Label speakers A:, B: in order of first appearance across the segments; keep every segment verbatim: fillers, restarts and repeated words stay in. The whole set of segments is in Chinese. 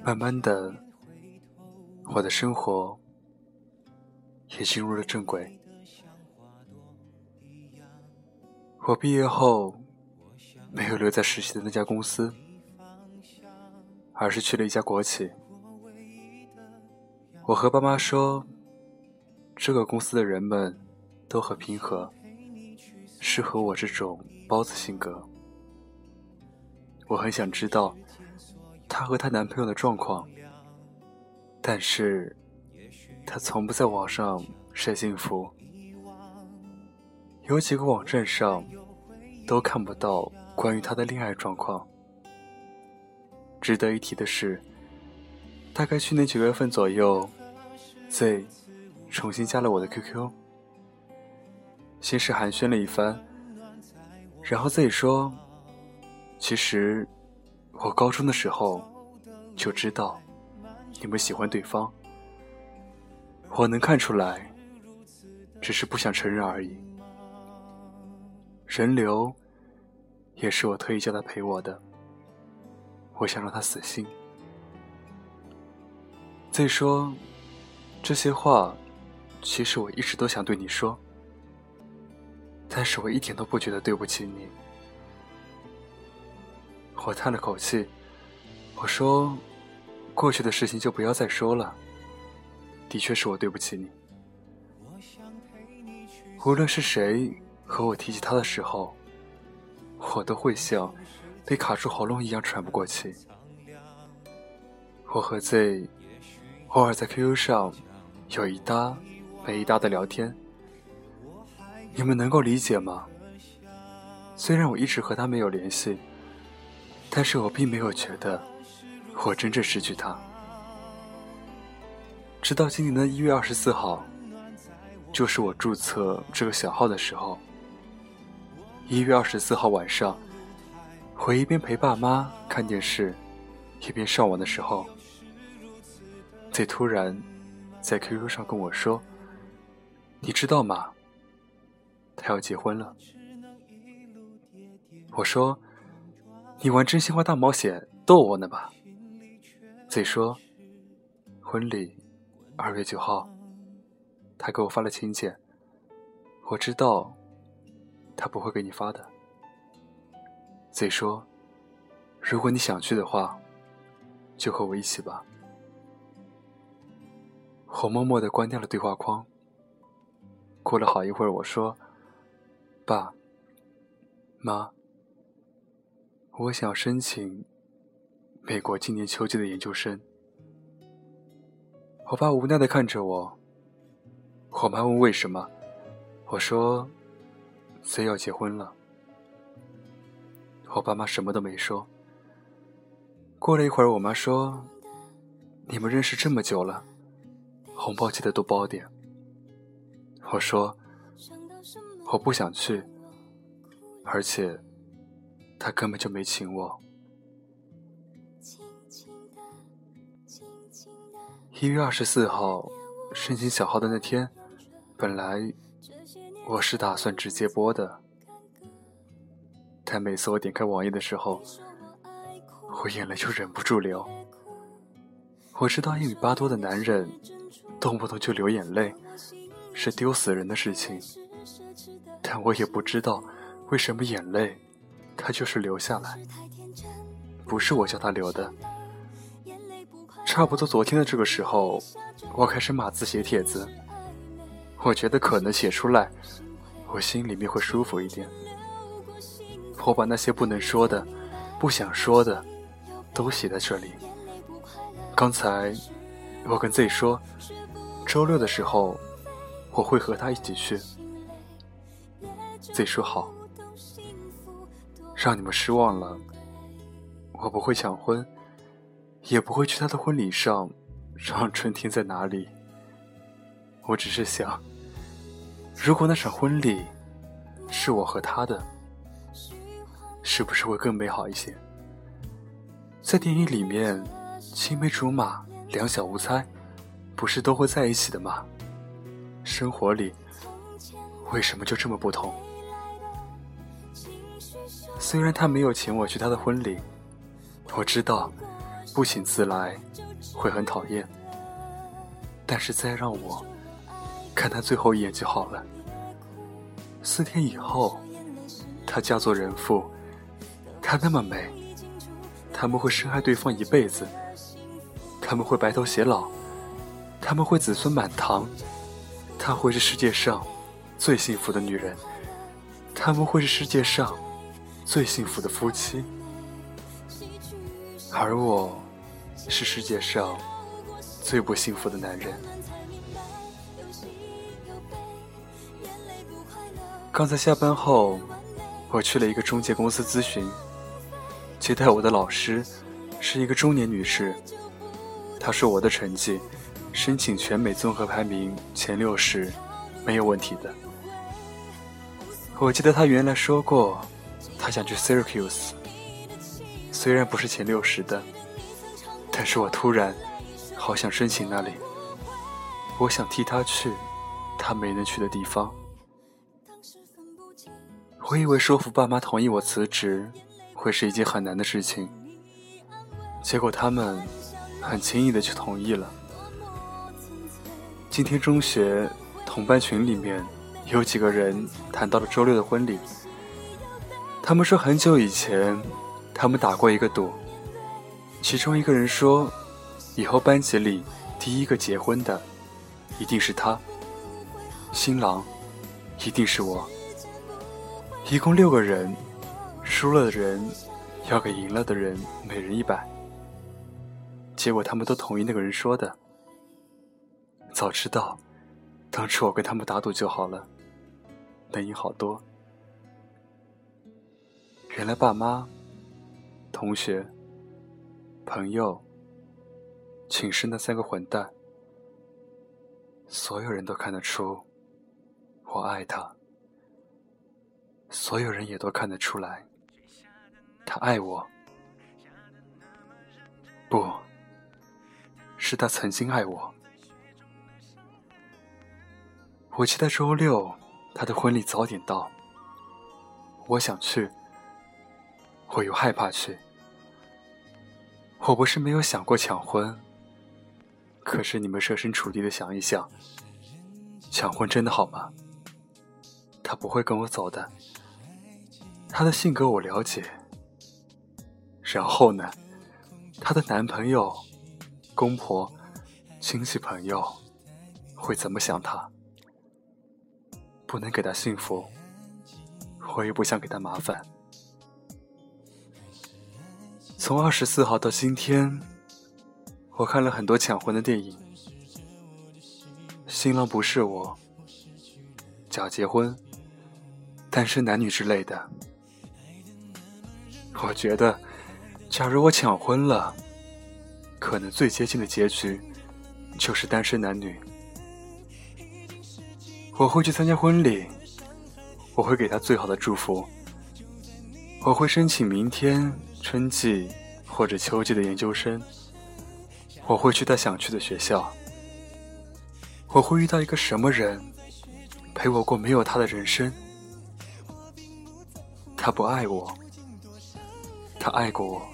A: 慢慢的，我的生活也进入了正轨。我毕业后没有留在实习的那家公司，而是去了一家国企。我和爸妈说，这个公司的人们都很平和，适合我这种包子性格。我很想知道她和她男朋友的状况，但是她从不在网上晒幸福，有几个网站上都看不到关于她的恋爱状况。值得一提的是，大概去年九月份左右 Z 重新加了我的 Q Q， 先是寒暄了一番，然后 Z 说，其实我高中的时候就知道你们喜欢对方，我能看出来，只是不想承认而已。人流也是我特意叫他陪我的，我想让他死心。再说，这些话其实我一直都想对你说，但是我一点都不觉得对不起你。我叹了口气，我说，过去的事情就不要再说了，的确是我对不起你。无论是谁和我提起他的时候，我都会像被卡住喉咙一样喘不过气。我和 Z 偶尔在 Q Q 上有一搭没一搭的聊天，你们能够理解吗？虽然我一直和他没有联系，但是我并没有觉得我真正失去他。直到今年的一月二十四号，就是我注册这个小号的时候。一月二十四号晚上，我一边陪爸妈看电视，一边上网的时候，Z突然在 Q Q 上跟我说，你知道吗？他要结婚了。我说，你玩真心话大冒险逗我呢吧。Z说，婚礼二月九号。他给我发了请柬，我知道他不会给你发的。Z说，如果你想去的话，就和我一起吧。我默默地关掉了对话框。过了好一会儿，我说，爸妈，我想申请美国今年秋季的研究生。我爸无奈地看着我。我妈问为什么，我说 Z 要结婚了。我爸妈什么都没说。过了一会儿，我妈说，你们认识这么久了，红包记得多包点。我说，我不想去，而且他根本就没请我。一月二十四号申请小号的那天，本来我是打算直接播的，但每次我点开网页的时候，我眼泪就忍不住流。我知道一米八多的男人动不动就流眼泪是丢死人的事情，但我也不知道为什么眼泪它就是流下来，不是我叫他流的。差不多昨天的这个时候，我开始码字写帖子，我觉得可能写出来我心里面会舒服一点。我把那些不能说的不想说的都写在这里。刚才我跟 Z 说，周六的时候我会和他一起去。 Z 说好。让你们失望了，我不会抢婚，也不会去他的婚礼上让春天在哪里。我只是想，如果那场婚礼是我和他的，是不是会更美好一些？在电影里面，青梅竹马两小无猜不是都会在一起的吗？生活里为什么就这么不同？虽然他没有请我去他的婚礼，我知道不请自来会很讨厌，但是再让我看他最后一眼就好了。四天以后，他嫁作人妇，她那么美，他们会深爱对方一辈子，他们会白头偕老，他们会子孙满堂，她会是世界上最幸福的女人，他们会是世界上最幸福的夫妻，而我是世界上最不幸福的男人。刚才下班后，我去了一个中介公司咨询，接待我的老师是一个中年女士，她说我的成绩申请全美综合排名前六十没有问题的。我记得她原来说过她想去 Syracuse， 虽然不是前六十的，但是我突然好想申请那里，我想替她去她没能去的地方。我以为说服爸妈同意我辞职会是一件很难的事情，结果他们很轻易的就同意了。今天中学同班群里面有几个人谈到了周六的婚礼，他们说很久以前他们打过一个赌，其中一个人说以后班级里第一个结婚的一定是他，新郎一定是我。一共六个人，输了的人要给赢了的人每人一百。结果他们都同意那个人说的。早知道当初我跟他们打赌就好了，能赢好多。原来爸妈、同学、朋友、寝室那三个混蛋，所有人都看得出我爱他，所有人也都看得出来他爱我。不，是他曾经爱我。我期待周六他的婚礼早点到，我想去，我又害怕去。我不是没有想过抢婚，可是你们设身处地的想一想，抢婚真的好吗？他不会跟我走的，他的性格我了解。然后呢，他的男朋友、公婆、亲戚朋友会怎么想他？不能给他幸福，我也不想给他麻烦。从二十四号到今天，我看了很多抢婚的电影，新郎不是我，假结婚、单身男女之类的。我觉得假如我抢婚了，可能最接近的结局就是单身男女。我会去参加婚礼，我会给他最好的祝福，我会申请明天春季或者秋季的研究生，我会去他想去的学校，我会遇到一个什么人陪我过没有他的人生。他不爱我，他爱过我。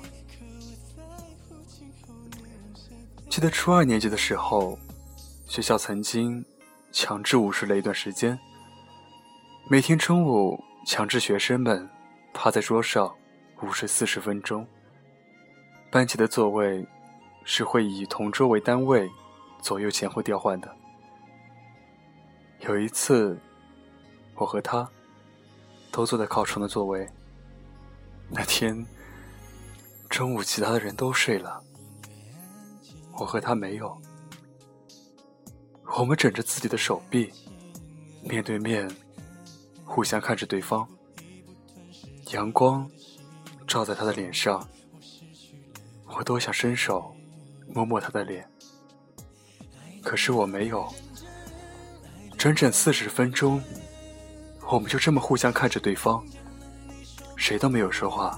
A: 记得初二年级的时候，学校曾经强制午睡了一段时间，每天中午强制学生们趴在桌上午睡四十分钟。班级的座位是会以同桌为单位左右前后调换的。有一次，我和他都坐在靠窗的座位。那天中午其他的人都睡了，我和他没有。我们枕着自己的手臂，面对面互相看着对方，阳光照在他的脸上，我都想伸手摸摸他的脸，可是我没有。整整四十分钟，我们就这么互相看着对方，谁都没有说话。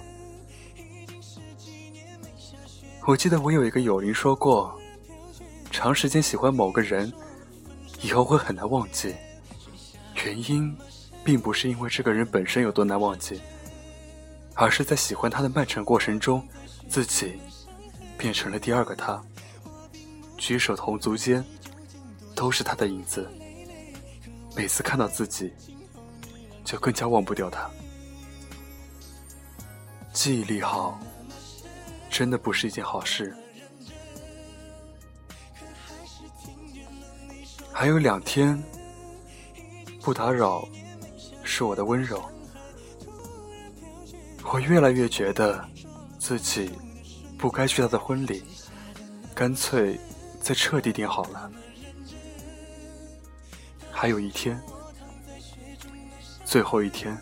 A: 我记得我有一个友邻说过，长时间喜欢某个人以后会很难忘记，原因并不是因为这个人本身有多难忘记，而是在喜欢他的漫长过程中，自己变成了第二个他，举手同足间都是他的影子，每次看到自己就更加忘不掉他。记忆力好真的不是一件好事。还有两天不打扰是我的温柔，我越来越觉得自己不该去他的婚礼，干脆再彻底点好了。还有一天，最后一天，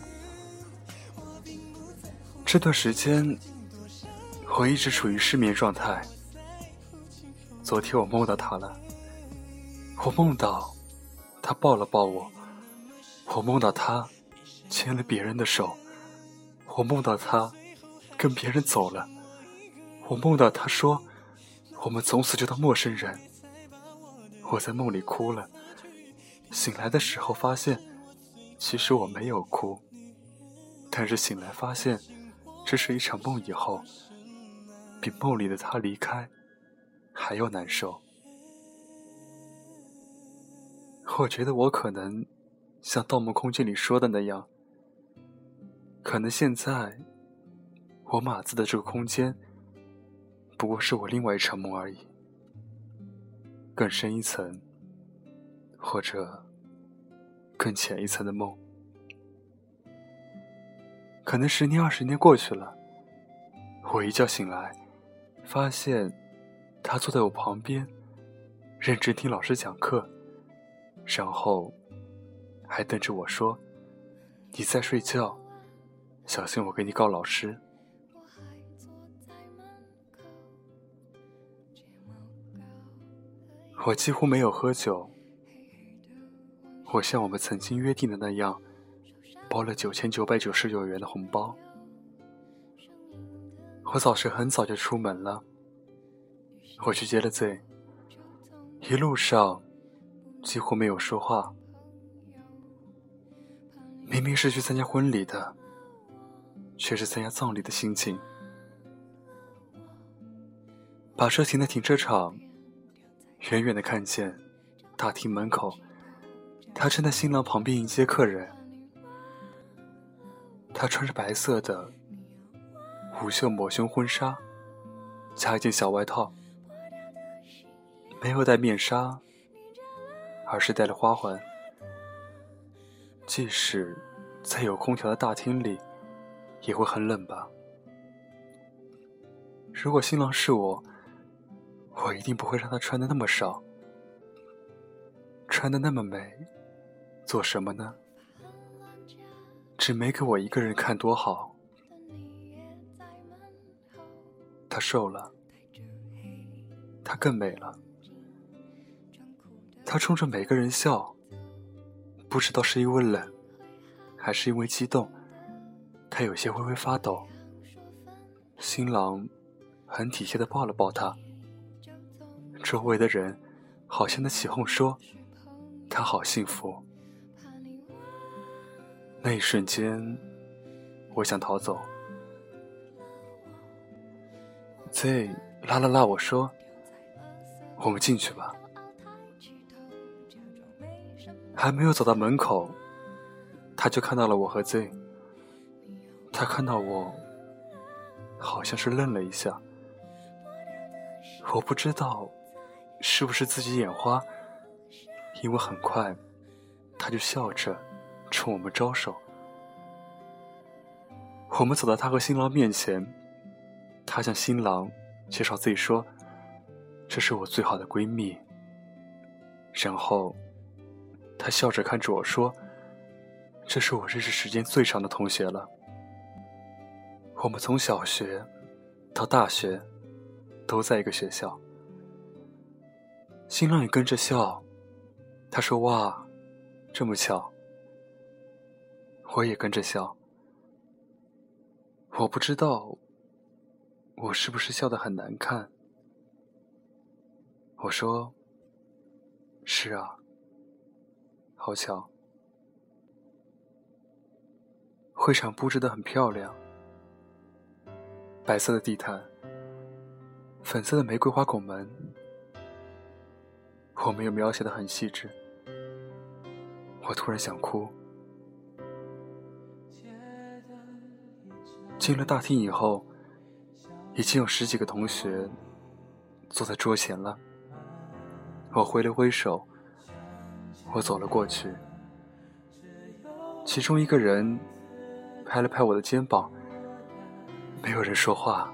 A: 这段时间我一直处于失眠状态。昨天我梦到他了，我梦到他抱了抱我，我梦到他牵了别人的手，我梦到他跟别人走了，我梦到他说我们从此就当陌生人。我在梦里哭了，醒来的时候发现其实我没有哭，但是醒来发现这是一场梦以后，比梦里的他离开还要难受。我觉得我可能像《盗梦空间》里说的那样，可能现在我码字的这个空间不过是我另外一场梦而已，更深一层或者更浅一层的梦。可能十年二十年过去了，我一觉醒来发现他坐在我旁边认真听老师讲课，然后还瞪着我说，你在睡觉，小心我给你告老师。我几乎没有喝酒，我像我们曾经约定的那样包了九千九百九十九元的红包。我早上很早就出门了，我去接了 Z， 一路上几乎没有说话。明明是去参加婚礼的，却是参加葬礼的心情。把车停在停车场，远远地看见大厅门口，他站在新郎旁边迎接客人。他穿着白色的无袖抹胸婚纱，加一件小外套，没有戴面纱，而是戴了花环。即使在有空调的大厅里，也会很冷吧。如果新郎是我，我一定不会让他穿得那么少，穿得那么美，做什么呢？只没给我一个人看多好。她瘦了，她更美了。她冲着每个人笑，不知道是因为冷还是因为激动，她有些微微发抖。新郎很体贴地抱了抱她，周围的人好像在起哄说她好幸福。那一瞬间我想逃走， Z 拉了拉我说，我们进去吧。还没有走到门口，他就看到了我和 Z。 他看到我好像是愣了一下，我不知道是不是自己眼花，因为很快他就笑着冲我们招手。我们走到他和新郎面前，他向新郎介绍自己说，这是我最好的闺蜜。然后他笑着看着我说，这是我认识时间最长的同学了。我们从小学到大学都在一个学校。新郎也跟着笑，他说，哇，这么巧。我也跟着笑。我不知道我是不是笑得很难看。我说，是啊，好巧。会场布置得很漂亮，白色的地毯， 粉色的玫瑰花拱门，我没有描写得很细致。我突然想哭。进了大厅以后，已经有十几个同学坐在桌前了。我挥了挥手，我走了过去。其中一个人拍了拍我的肩膀，没有人说话。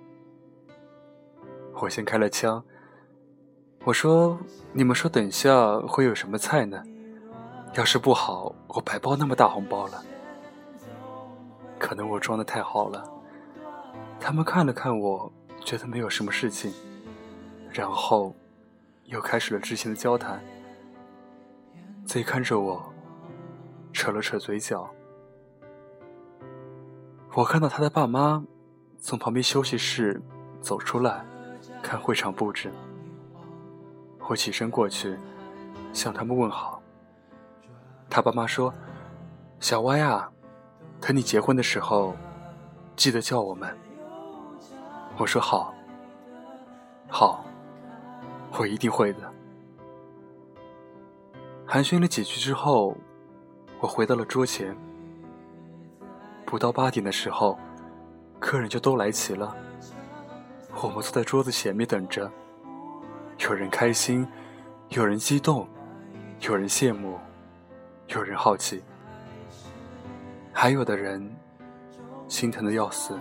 A: 我先开了枪，我说：“你们说等下会有什么菜呢？要是不好，我白包那么大红包了。”可能我装得太好了，他们看了看我，觉得没有什么事情，然后又开始了之前的交谈。贼看着我，扯了扯嘴角。我看到他的爸妈从旁边休息室走出来，看会场布置。我起身过去，向他们问好。他爸妈说：“小歪啊，等你结婚的时候，记得叫我们。”我说：“好，好，我一定会的。”寒暄了几句之后，我回到了桌前。不到八点的时候，客人就都来齐了。我们坐在桌子前面等着，有人开心，有人激动，有人羡慕，有人好奇，还有的人心疼得要死。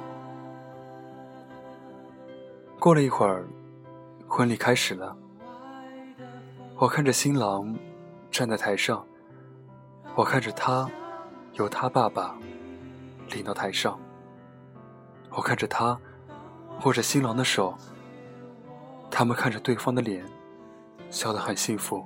A: 过了一会儿，婚礼开始了。我看着新郎站在台上，我看着他由他爸爸领到台上，我看着他握着新郎的手，他们看着对方的脸，笑得很幸福。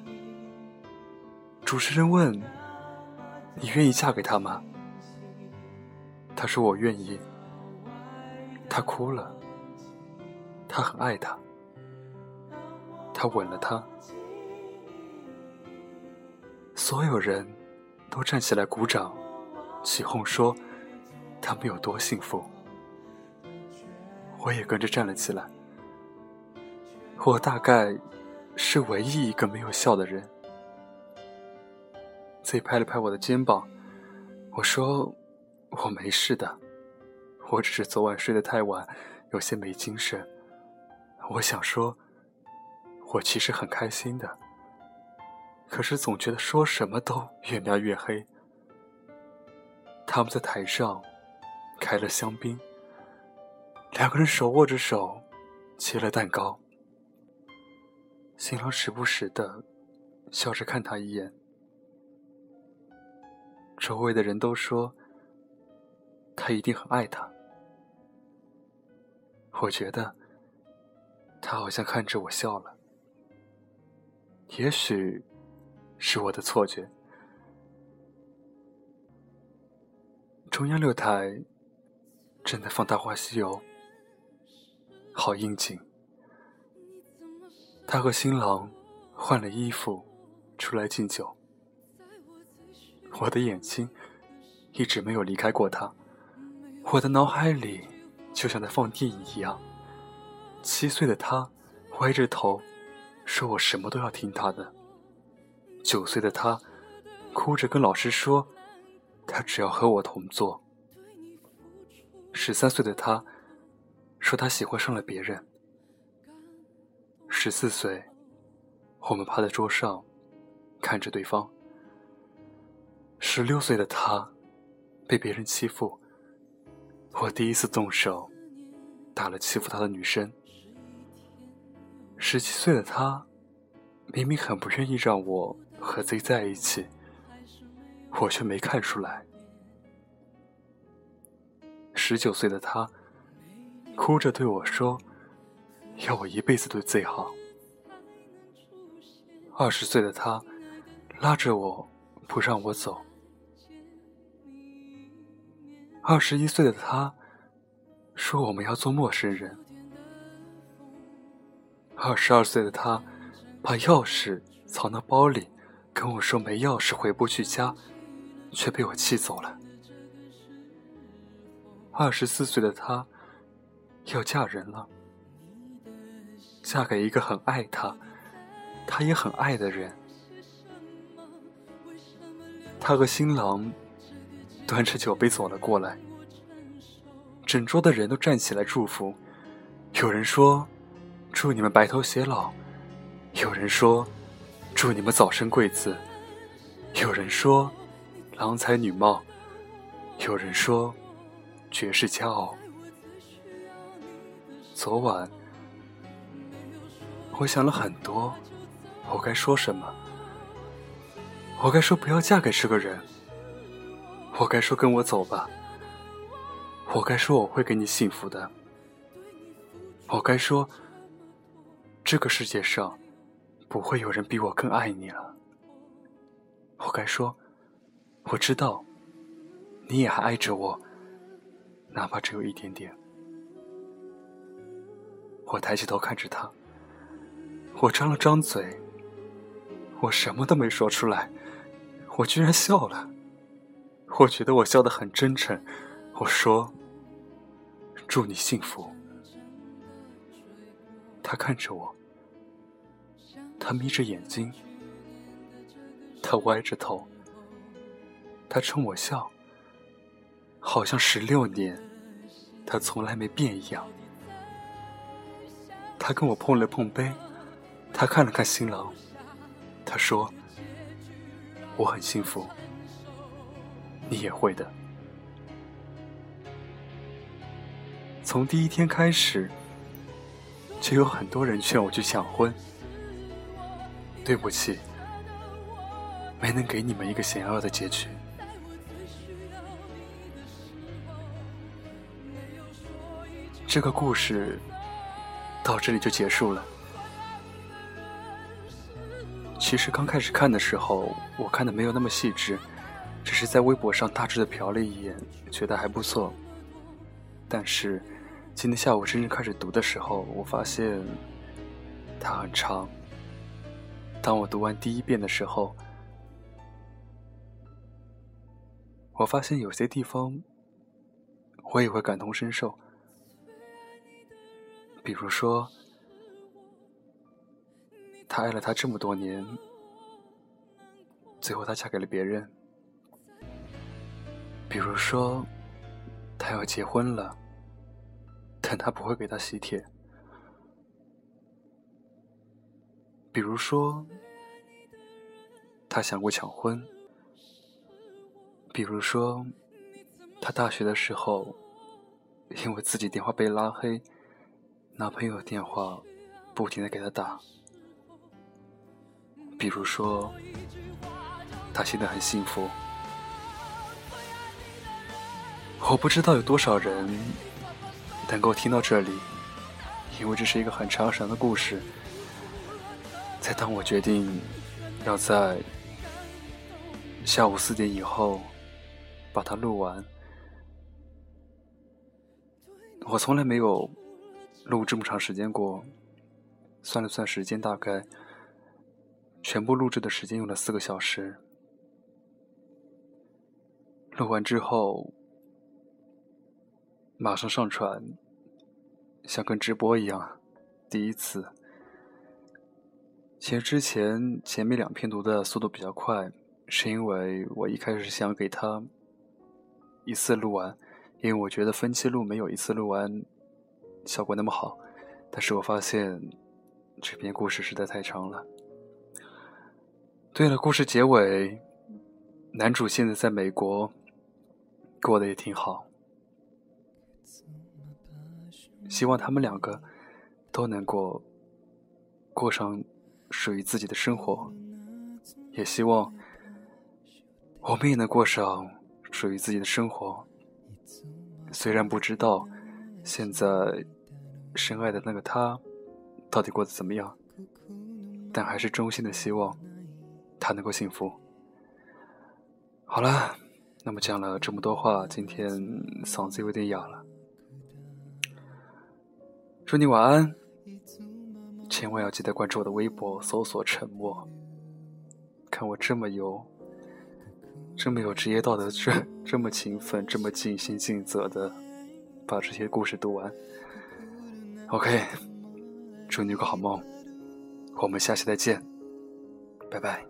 A: 主持人问：“你愿意嫁给他吗？”他说：“我愿意。”他哭了，他很爱他，他吻了他。所有人都站起来鼓掌，起哄说他们有多幸福。我也跟着站了起来。我大概是唯一一个没有笑的人。贼拍了拍我的肩膀，我说：“我没事的，我只是昨晚睡得太晚，有些没精神。”我想说，我其实很开心的，可是总觉得说什么都越描越黑。他们在台上开了香槟，两个人手握着手切了蛋糕。新郎时不时地笑着看他一眼。周围的人都说他一定很爱他。我觉得他好像看着我笑了，也许是我的错觉。中央六台正在放《大话西游》，好应景。他和新郎换了衣服出来敬酒。我的眼睛一直没有离开过他，我的脑海里就像在放电影一样。七岁的他歪着头说我什么都要听他的。九岁的他哭着跟老师说他只要和我同坐。十三岁的他说他喜欢上了别人。十四岁，我们趴在桌上看着对方。十六岁的他被别人欺负，我第一次动手打了欺负他的女生。十七岁的他明明很不愿意让我和贼在一起，我却没看出来。十九岁的他哭着对我说要我一辈子对贼好。二十岁的他拉着我不让我走。二十一岁的他说我们要做陌生人。二十二岁的他把钥匙藏到包里，跟我说没钥匙回不去家，却被我气走了。二十四岁的他要嫁人了。 嫁给一个很爱她，她也很爱的人。她和新郎端着酒杯走了过来，整桌的人都站起来祝福。有人说祝你们白头偕老，有人说祝你们早生贵子，有人说郎才女貌，有人说绝世佳偶。昨晚我想了很多，我该说什么？我该说不要嫁给这个人，我该说跟我走吧，我该说我会给你幸福的，我该说这个世界上不会有人比我更爱你了，我该说我知道你也还爱着我，哪怕只有一点点。我抬起头看着他，我张了张嘴，我什么都没说出来，我居然笑了。我觉得我笑得很真诚，我说祝你幸福。他看着我，他眯着眼睛，他歪着头，他冲我笑，好像十六年他从来没变一样。他跟我碰了碰杯，他看了看新郎，他说我很幸福，你也会的。从第一天开始就有很多人劝我去抢婚，对不起，没能给你们一个想要的结局。这个故事到这里就结束了。其实刚开始看的时候，我看的没有那么细致，只是在微博上大致的瞟了一眼，觉得还不错。但是今天下午真正开始读的时候，我发现它很长。当我读完第一遍的时候，我发现有些地方我也会感同身受。比如说他爱了他这么多年，最后他嫁给了别人。比如说他要结婚了，但他不会给他喜帖。比如说他想过抢婚。比如说他大学的时候因为自己电话被拉黑，男朋友的电话不停地给他打。比如说他现在很幸福。我不知道有多少人能够听到这里，因为这是一个很长长的故事。在当我决定要在下午四点以后把它录完，我从来没有录这么长时间过，算了算时间，大概全部录制的时间用了四个小时。录完之后马上上传，像跟直播一样，第一次。其实之前前面两篇读的速度比较快，是因为我一开始想给它一次录完，因为我觉得分期录没有一次录完效果那么好。但是我发现这篇故事实在太长了。对了，故事结尾，男主现在在美国过得也挺好，希望他们两个都能够过上属于自己的生活，也希望我们也能过上属于自己的生活。虽然不知道现在深爱的那个他到底过得怎么样，但还是衷心的希望他能够幸福。好了，那么讲了这么多话，今天嗓子有点哑了。祝你晚安，千万要记得关注我的微博，搜索沉默。看我这么有这么有职业道德，这这么勤奋，这么尽心尽责的把这些故事读完。 OK， 祝你有个好梦，我们下期再见，拜拜。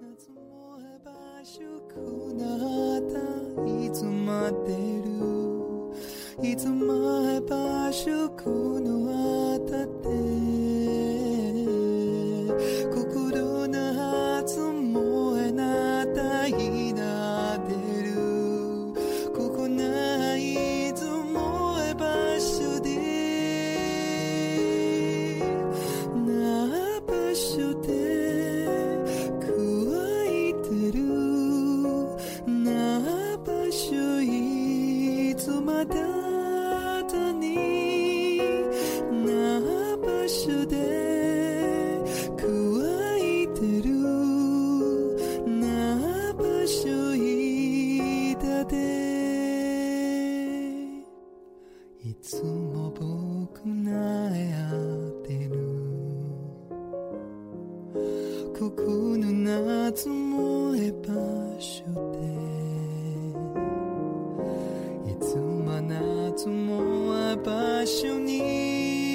B: いつも場所このあたって心の初もえなたいなってるここないつもえ場所でな場所で乾いてるな場所いつまでで乾いてるな場所いたでいつも僕なやってるここの夏もえ場所でいつも夏もえ場所に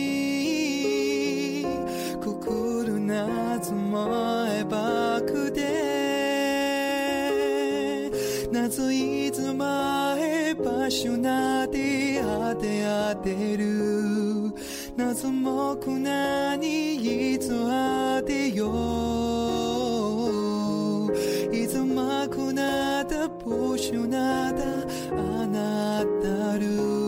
B: 夏もえばくで夏いつもえ場所なであてあてる夏もくなにいつあてよいつもくなだぼしゅなだあなたる